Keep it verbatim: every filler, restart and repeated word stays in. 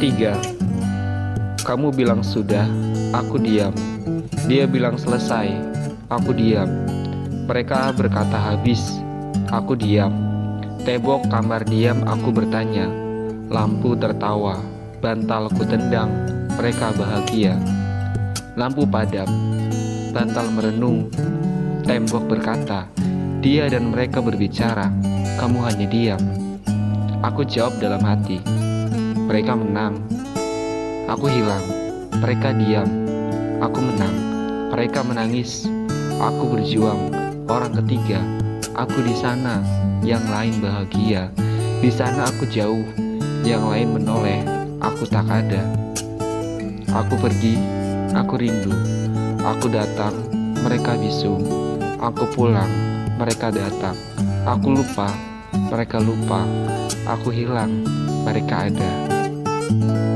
Tiga. Kamu bilang sudah, aku diam. Dia bilang selesai, aku diam. Mereka berkata habis, aku diam. Tembok kamar diam, aku bertanya. Lampu tertawa, bantalku tendang, mereka bahagia. Lampu padam, bantal merenung. Tembok berkata, dia dan mereka berbicara, kamu hanya diam. Aku jawab dalam hati, mereka menang. Aku hilang, mereka diam. Aku menang, mereka menangis. Aku berjuang, orang ketiga. Aku di sana, yang lain bahagia. Di sana aku jauh, yang lain menoleh. Aku tak ada. Aku pergi, aku rindu. Aku datang, mereka bisu. Aku pulang, mereka datang. Aku lupa, mereka lupa. Aku hilang, mereka ada.